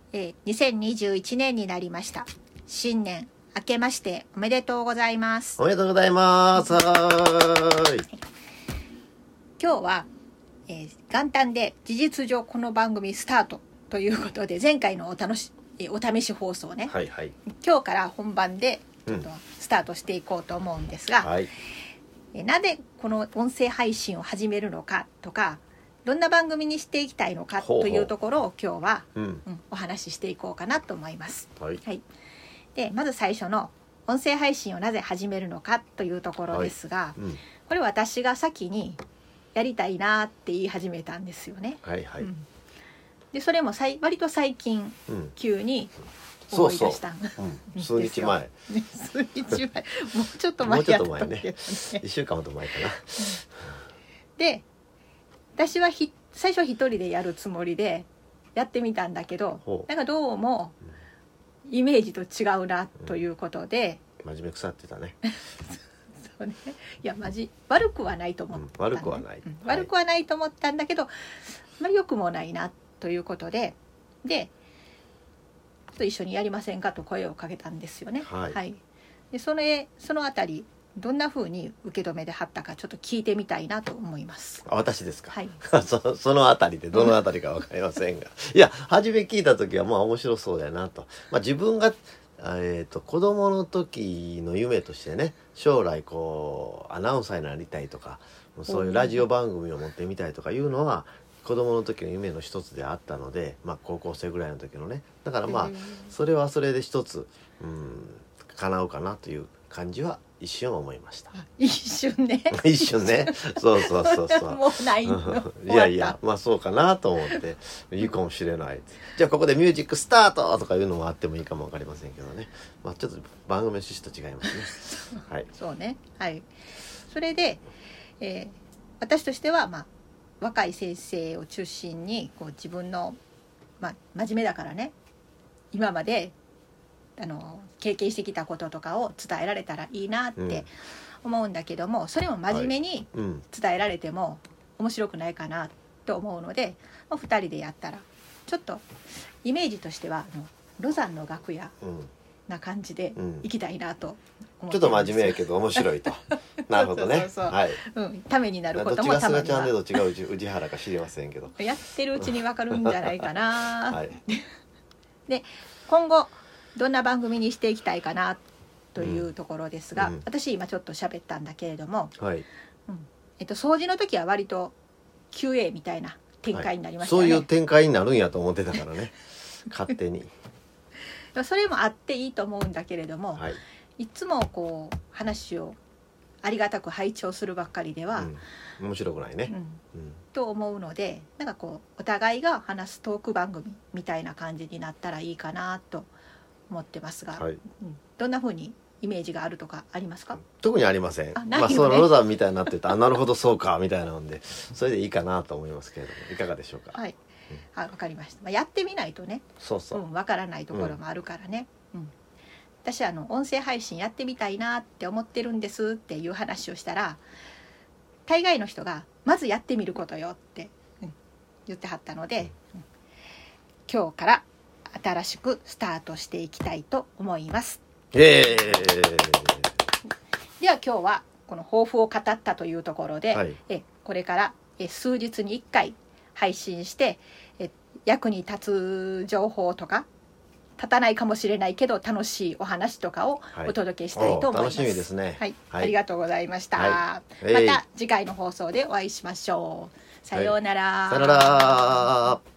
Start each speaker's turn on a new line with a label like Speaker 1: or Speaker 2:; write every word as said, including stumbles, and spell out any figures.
Speaker 1: えー、にせんにじゅういちねんになりました。新年明けましておめでとうございます。
Speaker 2: おめでとうございます。はーい。
Speaker 1: 今日は、えー、元旦で事実上この番組スタートということで、前回のお楽し、えー、お試し放送ね、
Speaker 2: はいはい、
Speaker 1: 今日から本番でちょっとスタートしていこうと思うんですが、
Speaker 2: うんはい、
Speaker 1: えー、なぜこの音声配信を始めるのかとか、どんな番組にしていきたいのかというところを今日は、うんうん、お話ししていこうかなと思います。
Speaker 2: はい
Speaker 1: はい、でまず最初の音声配信をなぜ始めるのかというところですが、はいうん、これ私が先にやりたいなって言い始めたんですよね。
Speaker 2: はいはいうん、
Speaker 1: でそれもさい割と最近、うん、急に思い出したん、
Speaker 2: そうそう、うん、数日前
Speaker 1: 数日前もうちょっと前やったっけど、ね、もうちょっと前ね
Speaker 2: いっしゅうかんほど前かな
Speaker 1: で私はひ最初一人でやるつもりでやってみたんだけど、なんかどうもイメージと違うなということで、
Speaker 2: うん、真面目腐ってたね
Speaker 1: そうね、いやマジ悪くはないと思った、ね
Speaker 2: うん、悪くはない、
Speaker 1: うん、悪くはないと思ったんだけど、はい、あまり良くもないなということで、でちょっと一緒にやりませんかと声をかけたんですよね。
Speaker 2: はい、はい、
Speaker 1: でそれそのあたりどんな風に受け止めではったかちょっと聞いてみたいなと思います。
Speaker 2: あ、私ですか。
Speaker 1: はい、
Speaker 2: そ, そのあたりでどのあたりか分かりませんがいや初め聞いた時はまあ面白そうだなと、まあ、自分が、えー、と子供の時の夢としてね、将来こうアナウンサーになりたいとか、そういうラジオ番組を持ってみたいとかいうのは子供の時の夢の一つであったので、まあ、高校生ぐらいの時のね、だからまあそれはそれで一つ、うん、叶うかなという感じは一瞬思いました。
Speaker 1: 一瞬ね
Speaker 2: 一瞬ねそうそうそうそう
Speaker 1: もうないの
Speaker 2: いやいやまあそうかなと思っていいかもしれない。じゃあここでミュージックスタートとかいうのもあってもいいかもわかりませんけどね、まあ、ちょっと番組の趣旨と違いますねはい、
Speaker 1: そうね、はい、それで、えー、私としては、まあ、若い先生を中心にこう自分の、まあ、真面目だからね、今まであの経験してきたこととかを伝えられたらいいなって思うんだけども、うん、それも真面目に伝えられても面白くないかなと思うので、ふたりでやったらちょっとイメージとしてはあのロザンの楽屋な感じでいきたいなと思って、
Speaker 2: うん、ちょっと真面目やけど面白いとなるほどね、
Speaker 1: そうそうそう、はい、うん、ためになることもたまには。どっちがすがちゃんでどっちが宇治原か知りませんけどやってるうちに分かるんじゃないかな、
Speaker 2: はい、
Speaker 1: で今後どんな番組にしていきたいかなというところですが、うん、私今ちょっと喋ったんだけれども、
Speaker 2: はい、
Speaker 1: うんえっと、掃除の時は割と キューエー みたいな展開になりましたね、
Speaker 2: はい、そういう展開になるんやと思ってたからね勝手に
Speaker 1: それもあっていいと思うんだけれども、はい、いつもこう話をありがたく拝聴するばっかりでは、
Speaker 2: うん、面白くないね、
Speaker 1: うんうん、と思うので、なんかこうお互いが話すトーク番組みたいな感じになったらいいかなと思ってますが、はい、うん、どんな風にイメージがあるとかありますか？
Speaker 2: 特にありません。あ、
Speaker 1: ね、
Speaker 2: まあ、そのロザンみたいになってたあなるほどそうかみたいなのでそれでいいかなと思いますけれども、いかがでしょうか？
Speaker 1: はい、うん、あ、分かりました、まあ、やってみないとね、
Speaker 2: そうそう、
Speaker 1: うん、分からないところもあるからね、うんうん、私あの音声配信やってみたいなって思ってるんですっていう話をしたら、大概の人がまずやってみることよって、うん、言ってはったので、うん、今日から新しくスタートしていきたいと思います。
Speaker 2: えー、
Speaker 1: では今日はこの抱負を語ったというところで、はい、えこれからえ数日にいっかい配信してえ役に立つ情報とか立たないかもしれないけど楽しいお話とかをお届けしたいと思います。
Speaker 2: はい、楽しみですね、
Speaker 1: はいはい、ありがとうございました、はい、また次回の放送でお会いしましょう。さようなら、
Speaker 2: さようなら。